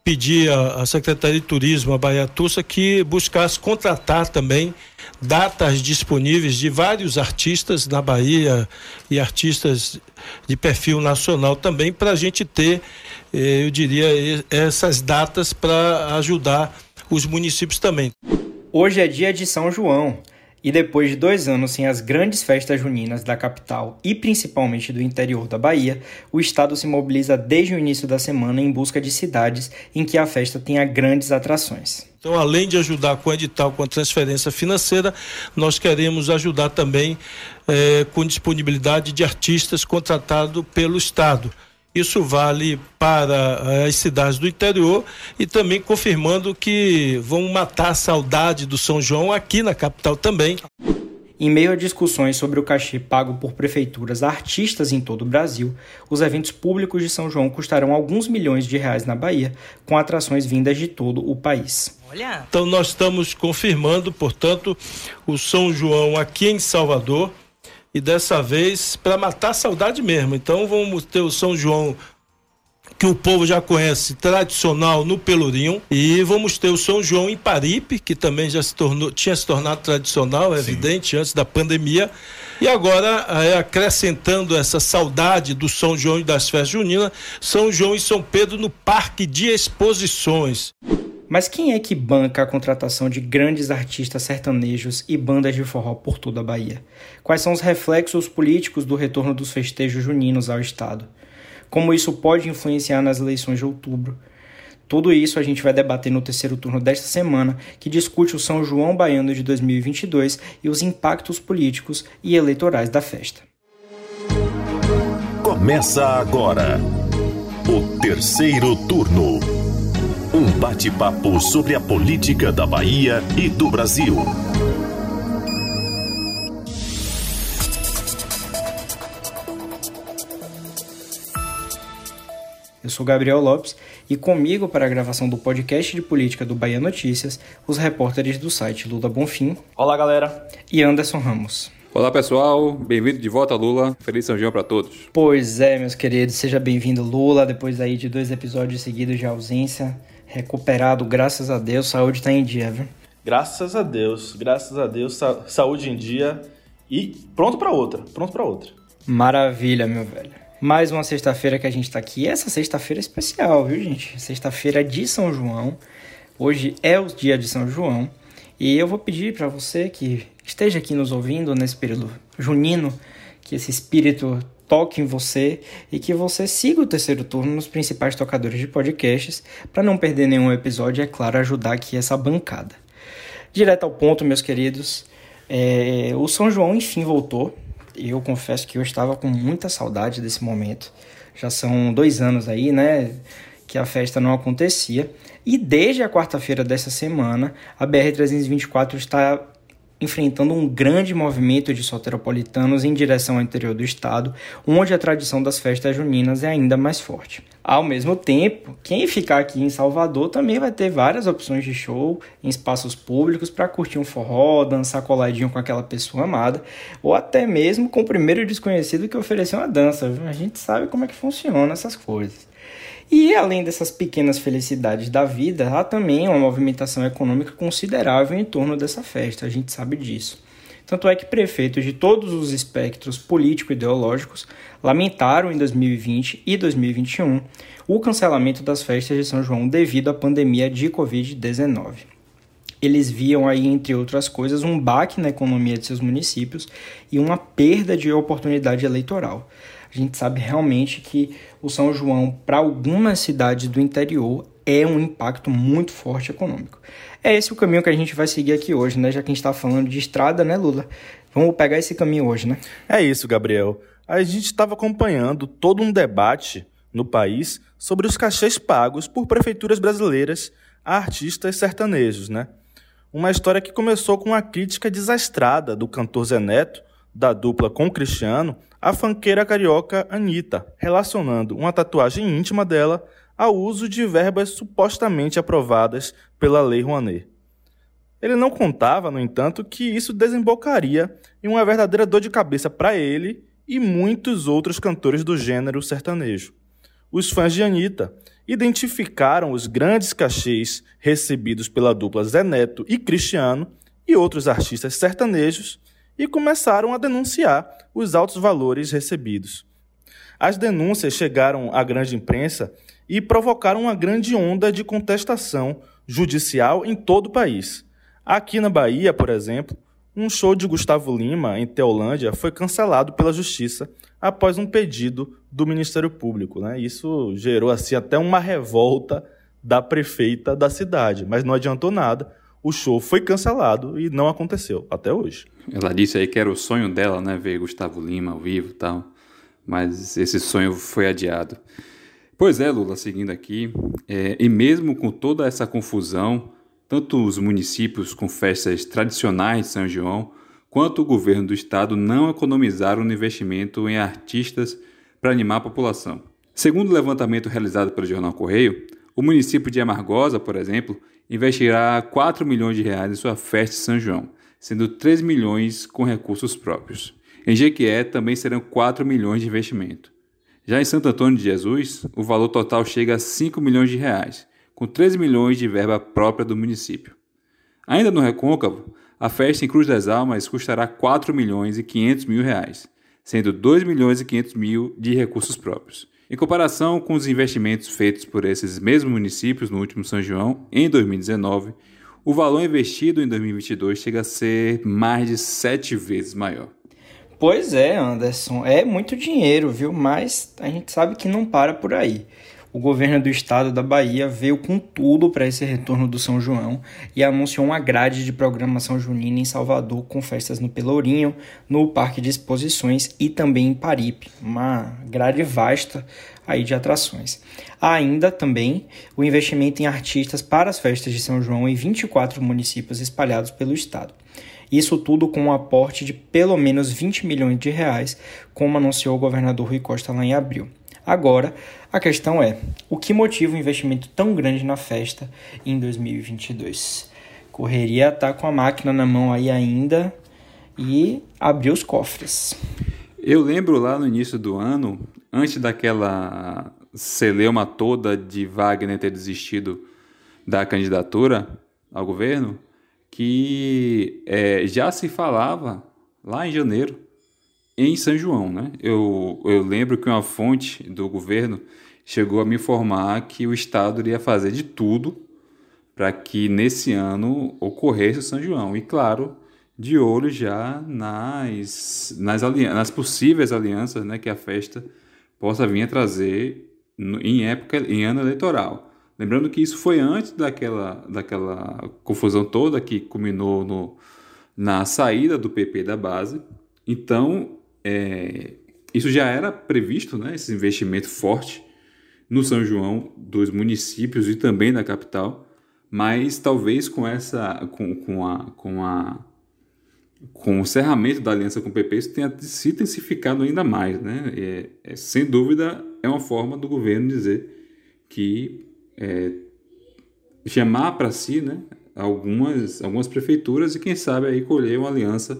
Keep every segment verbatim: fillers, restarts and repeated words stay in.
pedir à Secretaria de Turismo, a Bahia Tussa, que buscasse contratar também datas disponíveis de vários artistas na Bahia e artistas de perfil nacional também, para a gente ter, eu diria, essas datas para ajudar os municípios também. Hoje é dia de São João. E depois de dois anos sem as grandes festas juninas da capital e principalmente do interior da Bahia, o estado se mobiliza desde o início da semana em busca de cidades em que a festa tenha grandes atrações. Então, além de ajudar com o edital, com a transferência financeira, nós queremos ajudar também eh, com disponibilidade de artistas contratados pelo estado. Isso vale para as cidades do interior e também confirmando que vão matar a saudade do São João aqui na capital também. Em meio a discussões sobre o cachê pago por prefeituras a artistas em todo o Brasil, os eventos públicos de São João custarão alguns milhões de reais na Bahia, com atrações vindas de todo o país. Olha. Então nós estamos confirmando, portanto, o São João aqui em Salvador, e dessa vez para matar a saudade mesmo. Então vamos ter o São João que o povo já conhece, tradicional, no Pelourinho, e vamos ter o São João em Paripe, que também já se tornou, tinha se tornado tradicional, é evidente, antes da pandemia, e agora é, acrescentando essa saudade do São João e das festas juninas, São João e São Pedro no Parque de Exposições. Mas quem é que banca a contratação de grandes artistas sertanejos e bandas de forró por toda a Bahia? Quais são os reflexos políticos do retorno dos festejos juninos ao estado? Como isso pode influenciar nas eleições de outubro? Tudo isso a gente vai debater no terceiro turno desta semana, que discute o São João Baiano de dois mil e vinte e dois e os impactos políticos e eleitorais da festa. Começa agora o terceiro turno. Um bate-papo sobre a política da Bahia e do Brasil. Eu sou Gabriel Lopes e comigo para a gravação do podcast de política do Bahia Notícias, os repórteres do site Lula Bonfim. Olá, galera. E Anderson Ramos. Olá, pessoal. Bem-vindo de volta, Lula. Feliz São João para todos. Pois é, meus queridos. Seja bem-vindo, Lula, depois aí de dois episódios seguidos de ausência. Recuperado, graças a Deus, saúde tá em dia, viu? Graças a Deus, graças a Deus, sa- saúde em dia e pronto pra outra, pronto pra outra. Maravilha, meu velho. Mais uma sexta-feira que a gente tá aqui. Essa sexta-feira é especial, viu, gente? Sexta-feira de São João. Hoje é o dia de São João. E eu vou pedir pra você que esteja aqui nos ouvindo nesse período junino, que esse espírito toque em você e que você siga o terceiro turno nos principais tocadores de podcasts para não perder nenhum episódio e, é claro, ajudar aqui essa bancada. Direto ao ponto, meus queridos, é, o São João enfim voltou. Eu confesso que eu estava com muita saudade desse momento. Já são dois anos aí, né, que a festa não acontecia. E desde a quarta-feira dessa semana, a B R trezentos e vinte e quatro está enfrentando um grande movimento de soteropolitanos em direção ao interior do estado, onde a tradição das festas juninas é ainda mais forte. Ao mesmo tempo, quem ficar aqui em Salvador também vai ter várias opções de show em espaços públicos para curtir um forró, dançar coladinho com aquela pessoa amada, ou até mesmo com o primeiro desconhecido que ofereceu uma dança. A gente sabe como é que funcionam essas coisas. E além dessas pequenas felicidades da vida, há também uma movimentação econômica considerável em torno dessa festa, a gente sabe disso. Tanto é que prefeitos de todos os espectros político-ideológicos lamentaram em dois mil e vinte e dois mil e vinte e um o cancelamento das festas de São João devido à pandemia de covid dezenove. Eles viam aí, entre outras coisas, um baque na economia de seus municípios e uma perda de oportunidade eleitoral. A gente sabe realmente que o São João, para algumas cidades do interior, é um impacto muito forte econômico. É esse o caminho que a gente vai seguir aqui hoje, né? Já que a gente está falando de estrada, né, Lula? Vamos pegar esse caminho hoje, né? É isso, Gabriel. A gente estava acompanhando todo um debate no país sobre os cachês pagos por prefeituras brasileiras a artistas sertanejos, né? Uma história que começou com uma crítica desastrada do cantor Zé Neto, da dupla com o Cristiano, a funkeira carioca Anitta, relacionando uma tatuagem íntima dela ao uso de verbas supostamente aprovadas pela Lei Rouanet. Ele não contava, no entanto, que isso desembocaria em uma verdadeira dor de cabeça para ele e muitos outros cantores do gênero sertanejo. os fãs de Anitta identificaram os grandes cachês recebidos pela dupla Zé Neto e Cristiano e outros artistas sertanejos e começaram a denunciar os altos valores recebidos. As denúncias chegaram à grande imprensa e provocaram uma grande onda de contestação judicial em todo o país. Aqui na Bahia, por exemplo, um show de Gustavo Lima, em Teolândia, foi cancelado pela Justiça após um pedido do Ministério Público, né? Isso gerou assim, até uma revolta da prefeita da cidade, mas não adiantou nada. O show foi cancelado e não aconteceu até hoje. Ela disse aí que era o sonho dela, né? Ver Gustavo Lima ao vivo e tal, mas esse sonho foi adiado. Pois é, Lula, seguindo aqui, é, e mesmo com toda essa confusão, tanto os municípios com festas tradicionais de São João, quanto o governo do estado não economizaram no investimento em artistas para animar a população. Segundo o levantamento realizado pelo Jornal Correio, o município de Amargosa, por exemplo, investirá quatro milhões de reais em sua festa de São João, sendo três milhões com recursos próprios. Em Jequié também serão quatro milhões de investimento. Já em Santo Antônio de Jesus, o valor total chega a cinco milhões de reais, com três milhões de verba própria do município. Ainda no Recôncavo, a festa em Cruz das Almas custará quatro milhões e quinhentos mil reais, sendo dois milhões e quinhentos mil de recursos próprios. Em comparação com os investimentos feitos por esses mesmos municípios no último São João, em dois mil e dezenove, o valor investido em dois mil e vinte e dois chega a ser mais de sete vezes maior. Pois é, Anderson, é muito dinheiro, viu? Mas a gente sabe que não para por aí. O governo do estado da Bahia veio com tudo para esse retorno do São João e anunciou uma grade de programação junina em Salvador com festas no Pelourinho, no Parque de Exposições e também em Paripe, uma grade vasta aí de atrações. Há ainda também o investimento em artistas para as festas de São João em vinte e quatro municípios espalhados pelo estado. Isso tudo com um aporte de pelo menos vinte milhões de reais, como anunciou o governador Rui Costa lá em abril. Agora, a questão é, o que motiva um investimento tão grande na festa em dois mil e vinte e dois? Correria tá com a máquina na mão aí ainda e abrir os cofres. Eu lembro lá no início do ano, antes daquela celeuma toda de Wagner ter desistido da candidatura ao governo, que é, já se falava lá em janeiro em São João, né? Eu, eu lembro que uma fonte do governo chegou a me informar que o estado iria fazer de tudo para que nesse ano ocorresse o São João. E claro, de olho já nas, nas, alianças, nas possíveis alianças, né, que a festa possa vir a trazer no, em época, em ano eleitoral. Lembrando que isso foi antes daquela, daquela confusão toda que culminou no, na saída do P P da base. Então, é, isso já era previsto, né, esse investimento forte no São João dos municípios e também da capital, mas talvez com, essa, com, com, a, com, a, com o encerramento da aliança com o P P isso tenha se intensificado ainda mais. Né? É, é, sem dúvida, é uma forma do governo dizer que É, chamar para si, né, algumas, algumas prefeituras e quem sabe aí colher uma aliança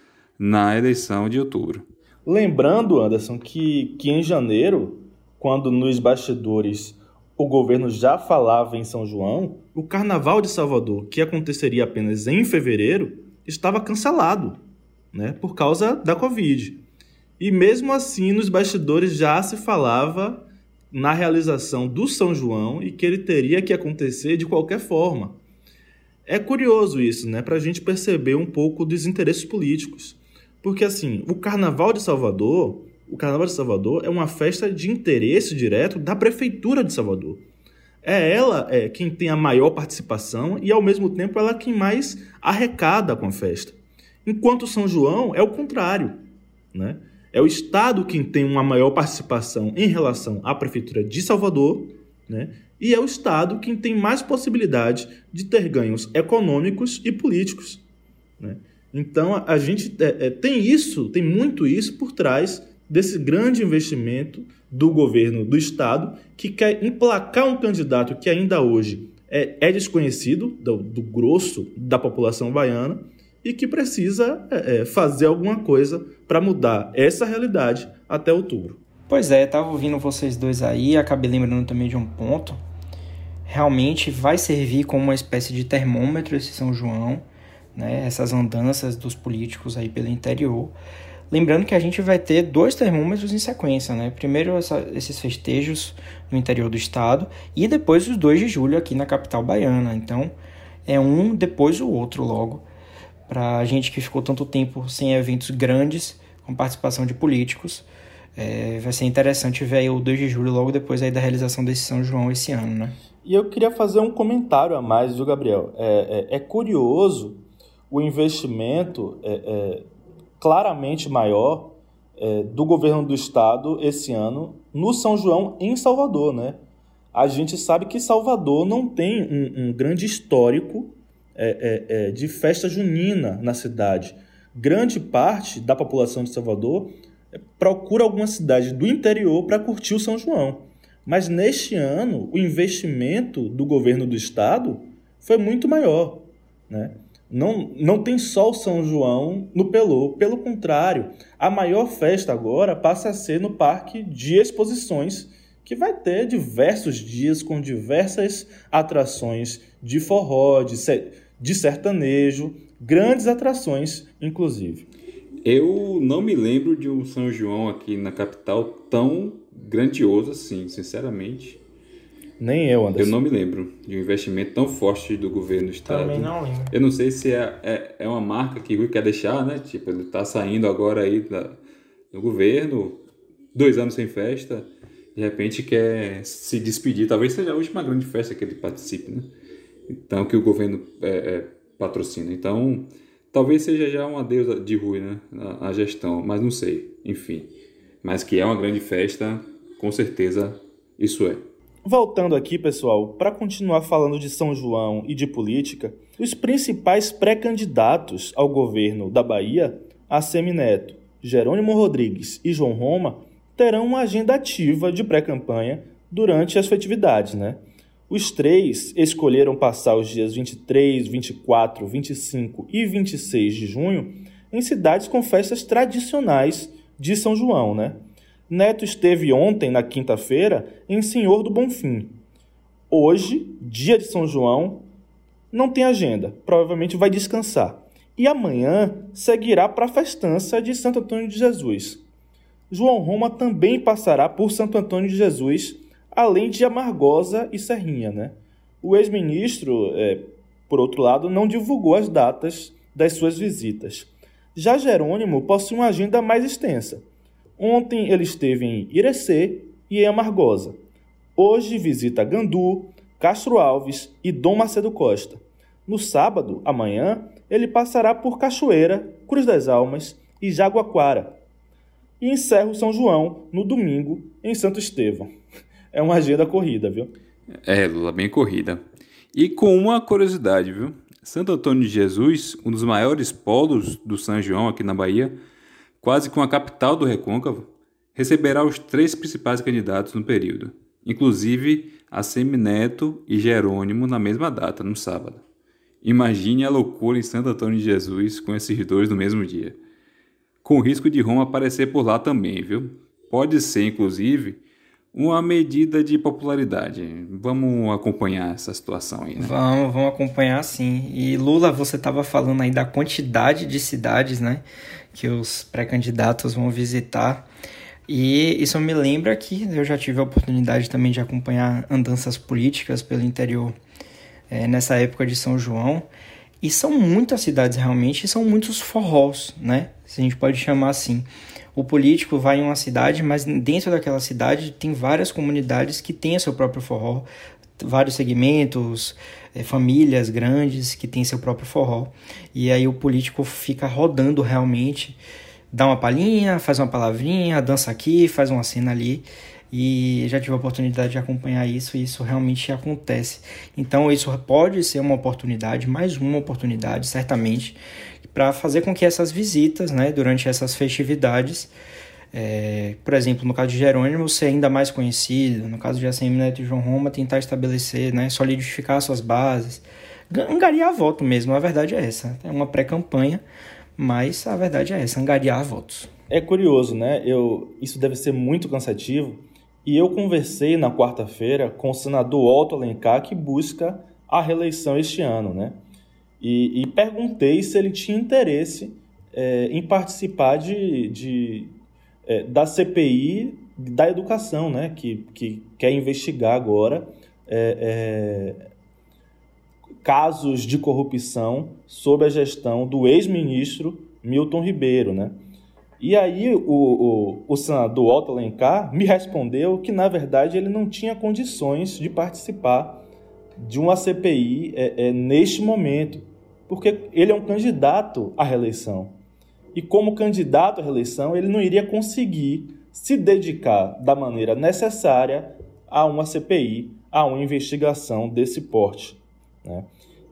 na eleição de outubro. Lembrando, Anderson, que, que em janeiro, quando nos bastidores o governo já falava em São João, o Carnaval de Salvador, que aconteceria apenas em fevereiro, estava cancelado, né, por causa da Covid. E mesmo assim, nos bastidores já se falava na realização do São João e que ele teria que acontecer de qualquer forma. É curioso isso, né, para a gente perceber um pouco dos interesses políticos. Porque, assim, o Carnaval de Salvador, o Carnaval de Salvador é uma festa de interesse direto da Prefeitura de Salvador. É ela é, quem tem a maior participação e, ao mesmo tempo, ela é quem mais arrecada com a festa. Enquanto São João é o contrário, né? É o Estado quem tem uma maior participação em relação à Prefeitura de Salvador, né? E é o Estado quem tem mais possibilidade de ter ganhos econômicos e políticos, né? Então, a gente é, é, tem isso, tem muito isso por trás desse grande investimento do governo do Estado, que quer emplacar um candidato que ainda hoje é, é desconhecido do, do grosso da população baiana, e que precisa é, fazer alguma coisa para mudar essa realidade até outubro. Pois é, estava ouvindo vocês dois aí, acabei lembrando também de um ponto. Realmente vai servir como uma espécie de termômetro esse São João, né? Essas andanças dos políticos aí pelo interior. Lembrando que a gente vai ter dois termômetros em sequência, né? Primeiro essa, esses festejos no interior do estado e depois os dois de julho aqui na capital baiana. Então, é um depois o outro logo. Para a gente que ficou tanto tempo sem eventos grandes, com participação de políticos, é, vai ser interessante ver aí o dois de julho logo depois aí da realização desse São João esse ano, né? E eu queria fazer um comentário a mais, viu, Gabriel? É, é, é curioso o investimento é, é, claramente maior é, do governo do estado esse ano no São João em Salvador, né? A gente sabe que Salvador não tem um, um grande histórico é, é, é, de festa junina na cidade. Grande parte da população de Salvador é, procura alguma cidade do interior para curtir o São João. Mas neste ano, o investimento do governo do estado foi muito maior, né? Não, não tem só o São João no Pelô, pelo contrário, a maior festa agora passa a ser no Parque de Exposições, que vai ter diversos dias com diversas atrações de forró, de, de sertanejo, grandes atrações, inclusive. Eu não me lembro de um São João aqui na capital tão grandioso assim, sinceramente. Nem eu, Anderson. Eu não me lembro de um investimento tão forte do governo do estado. Também não lembro. Eu não sei se é, é, é uma marca que o Rui quer deixar, né? Tipo, ele tá saindo agora aí da, do governo, dois anos sem festa, de repente quer se despedir. Talvez seja a última grande festa que ele participe, né? Então, que o governo é, é, patrocina. Então, talvez seja já um adeus de Rui, né? A, a gestão, mas não sei. Enfim. Mas que é uma grande festa, com certeza isso é. Voltando aqui, pessoal, para continuar falando de São João e de política, os principais pré-candidatos ao governo da Bahia, Assemineto, Jerônimo Rodrigues e João Roma, terão uma agenda ativa de pré-campanha durante as festividades, né? Os três escolheram passar os dias vinte e três, vinte e quatro, vinte e cinco e vinte e seis de junho em cidades com festas tradicionais de São João, né? Neto esteve ontem, na quinta-feira, em Senhor do Bonfim. Hoje, dia de São João, não tem agenda, provavelmente vai descansar. E amanhã seguirá para a festança de Santo Antônio de Jesus. João Roma também passará por Santo Antônio de Jesus, além de Amargosa e Serrinha, né? O ex-ministro, é, por outro lado, não divulgou as datas das suas visitas. Já Jerônimo possui uma agenda mais extensa. Ontem ele esteve em Irecê e em Amargosa. Hoje visita Gandu, Castro Alves e Dom Macedo Costa. No sábado, amanhã, ele passará por Cachoeira, Cruz das Almas e Jaguaquara. E encerra o São João no domingo em Santo Estevão. É uma agenda corrida, viu? É, Lula, bem corrida. E com uma curiosidade, viu? Santo Antônio de Jesus, um dos maiores polos do São João aqui na Bahia, quase com a capital do Recôncavo, receberá os três principais candidatos no período, inclusive Assemineto e Jerônimo na mesma data, no sábado. Imagine a loucura em Santo Antônio de Jesus com esses dois no mesmo dia. Com o risco de Roma aparecer por lá também, viu? Pode ser, inclusive, uma medida de popularidade. Vamos acompanhar essa situação aí, né? Vamos, vamos acompanhar sim. E Lula, você estava falando aí da quantidade de cidades, né, que os pré-candidatos vão visitar. E isso me lembra que eu já tive a oportunidade também de acompanhar andanças políticas pelo interior é, nessa época de São João. E são muitas cidades realmente, e são muitos forrós, né? Se a gente pode chamar assim. O político vai em uma cidade, mas dentro daquela cidade tem várias comunidades que têm seu próprio forró, vários segmentos, é, famílias grandes que têm seu próprio forró. E aí o político fica rodando realmente, dá uma palhinha, faz uma palavrinha, dança aqui, faz uma cena ali. E já tive a oportunidade de acompanhar isso e isso realmente acontece. Então isso pode ser uma oportunidade, mais uma oportunidade, certamente, para fazer com que essas visitas, né, durante essas festividades, é, por exemplo, no caso de Jerônimo, ser ainda mais conhecido, no caso de Assemineto e João Roma, tentar estabelecer, né, solidificar suas bases, angariar voto mesmo, a verdade é essa. É uma pré-campanha, mas a verdade é essa, angariar votos. É curioso, né? Eu, isso deve ser muito cansativo. E eu conversei na quarta-feira com o senador Otto Alencar, que busca a reeleição este ano, né? E, e perguntei se ele tinha interesse é, em participar de, de, é, da C P I da educação, né? Que, que quer investigar agora é, é, casos de corrupção sob a gestão do ex-ministro Milton Ribeiro, né? E aí o, o, o senador Otto Alencar me respondeu que, na verdade, ele não tinha condições de participar de uma C P I é, é, neste momento, porque ele é um candidato à reeleição. E como candidato à reeleição, ele não iria conseguir se dedicar da maneira necessária a uma C P I, a uma investigação desse porte, né?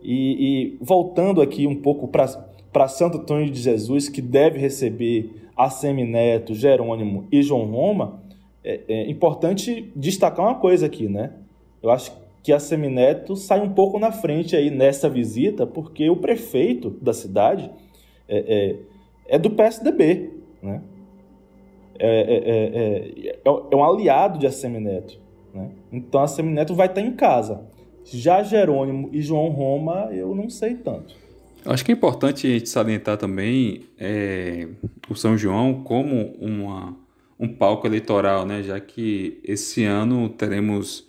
E, e voltando aqui um pouco para Santo Antônio de Jesus, que deve receber Assemineto, Jerônimo e João Roma, é, é importante destacar uma coisa aqui, né? Eu acho que Assemineto sai um pouco na frente aí nessa visita, porque o prefeito da cidade é, é, é do P S D B, né? É, é, é, é um aliado de Assemineto, né? Então Assemineto vai estar em casa. Já Jerônimo e João Roma, eu não sei tanto. Acho que é importante a gente salientar também é, o São João como uma, um palco eleitoral, né? Já que esse ano teremos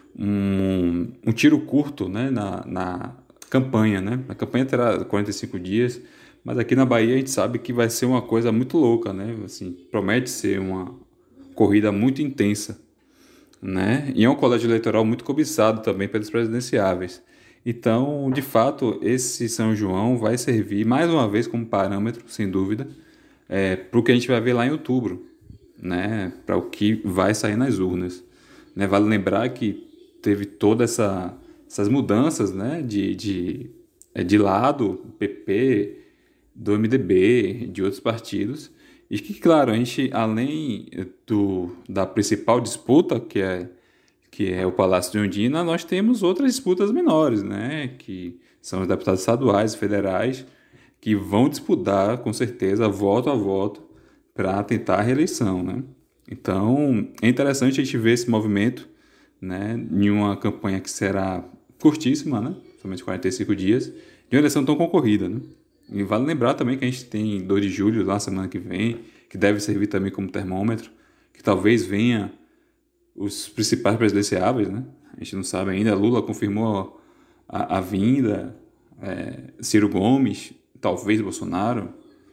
um, um tiro curto, né? na, na campanha. Né? A campanha terá quarenta e cinco dias, mas aqui na Bahia a gente sabe que vai ser uma coisa muito louca, né? Assim, promete ser uma corrida muito intensa, né? E é um colégio eleitoral muito cobiçado também pelos presidenciáveis. Então, de fato, esse São João vai servir, mais uma vez, como parâmetro, sem dúvida, é, para o que a gente vai ver lá em outubro, né? Para o que vai sair nas urnas. Né? Vale lembrar que teve todas essa, essas mudanças, né? de, de, de lado, do P P, do M D B, de outros partidos, e que, claro, a gente, além do, da principal disputa, que é que é o Palácio de Ondina, nós temos outras disputas menores, né? Que são os deputados estaduais e federais, que vão disputar, com certeza, voto a voto, para tentar a reeleição, né? Então, é interessante a gente ver esse movimento, né? Em uma campanha que será curtíssima, né? Somente quarenta e cinco dias, de uma eleição tão concorrida, né? E vale lembrar também que a gente tem dois de julho, lá semana que vem, que deve servir também como termômetro, que talvez venha os principais presidenciáveis, né? A gente não sabe ainda. Lula confirmou a, a vinda, é, Ciro Gomes, talvez Bolsonaro,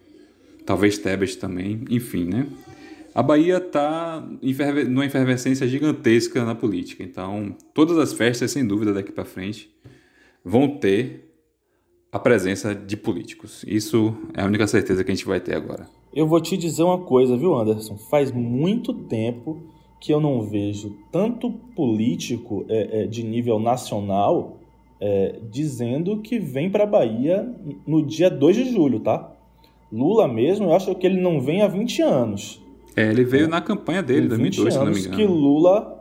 talvez Tebet também, enfim, né? A Bahia está numa efervescência gigantesca na política, então todas as festas, sem dúvida, daqui para frente, vão ter a presença de políticos. Isso é a única certeza que a gente vai ter agora. Eu vou te dizer uma coisa, viu, Anderson? Faz muito tempo que eu não vejo tanto político é, é, de nível nacional é, dizendo que vem para a Bahia no dia dois de julho, tá? Lula mesmo, eu acho que ele não vem há vinte anos. É, ele veio é. na campanha dele, dois mil e dois, se não me engano. Que Lula,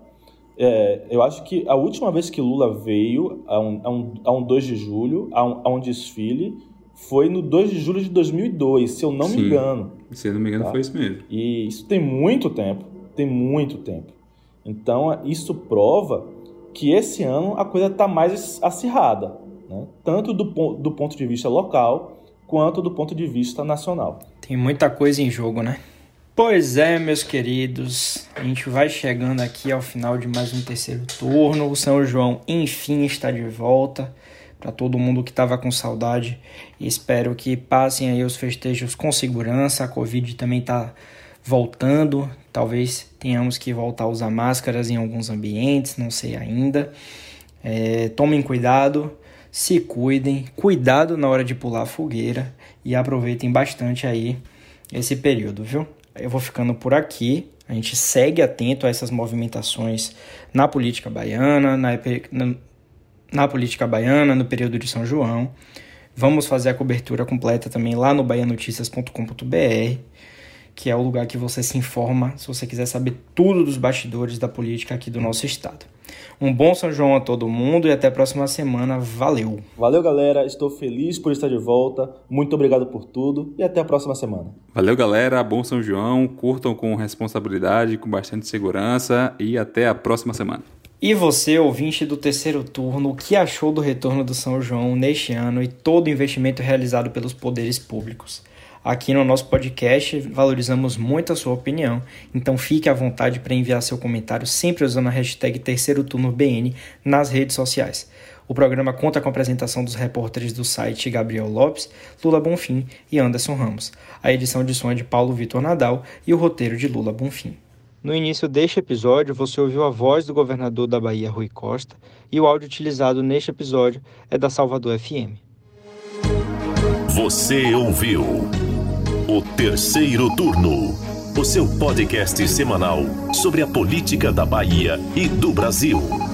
é, eu acho que a última vez que Lula veio a um, a um, a um dois de julho, a um, a um desfile, foi no dois de julho de dois mil e dois, se eu não Sim, me engano. Se eu não me engano, tá? Foi isso mesmo. E isso tem muito tempo. Tem muito tempo. Então, isso prova que esse ano a coisa está mais acirrada, né? Tanto do, do ponto de vista local, quanto do ponto de vista nacional. Tem muita coisa em jogo, né? Pois é, meus queridos, a gente vai chegando aqui ao final de mais um terceiro turno. O São João, enfim, está de volta. Para todo mundo que estava com saudade. E espero que passem aí os festejos com segurança. A Covid também está voltando, talvez tenhamos que voltar a usar máscaras em alguns ambientes, não sei ainda. É, tomem cuidado, se cuidem, cuidado na hora de pular a fogueira e aproveitem bastante aí esse período, viu? Eu vou ficando por aqui, a gente segue atento a essas movimentações na política baiana, na, na, na política baiana, no período de São João. Vamos fazer a cobertura completa também lá no bahia noticias ponto com ponto b r, que é o lugar que você se informa se você quiser saber tudo dos bastidores da política aqui do nosso estado. Um bom São João a todo mundo e até a próxima semana. Valeu! Valeu, galera. Estou feliz por estar de volta. Muito obrigado por tudo e até a próxima semana. Valeu, galera. Bom São João. Curtam com responsabilidade, com bastante segurança e até a próxima semana. E você, ouvinte do Terceiro Turno, o que achou do retorno do São João neste ano e todo o investimento realizado pelos poderes públicos? Aqui no nosso podcast valorizamos muito a sua opinião, então fique à vontade para enviar seu comentário sempre usando a hashtag Terceiro Turno B N nas redes sociais. O programa conta com a apresentação dos repórteres do site Gabriel Lopes, Lula Bonfim e Anderson Ramos. A edição de som é de Paulo Vitor Nadal e o roteiro de Lula Bonfim. No início deste episódio, você ouviu a voz do governador da Bahia, Rui Costa, e o áudio utilizado neste episódio é da Salvador F M. Você ouviu o Terceiro Turno, o seu podcast semanal sobre a política da Bahia e do Brasil.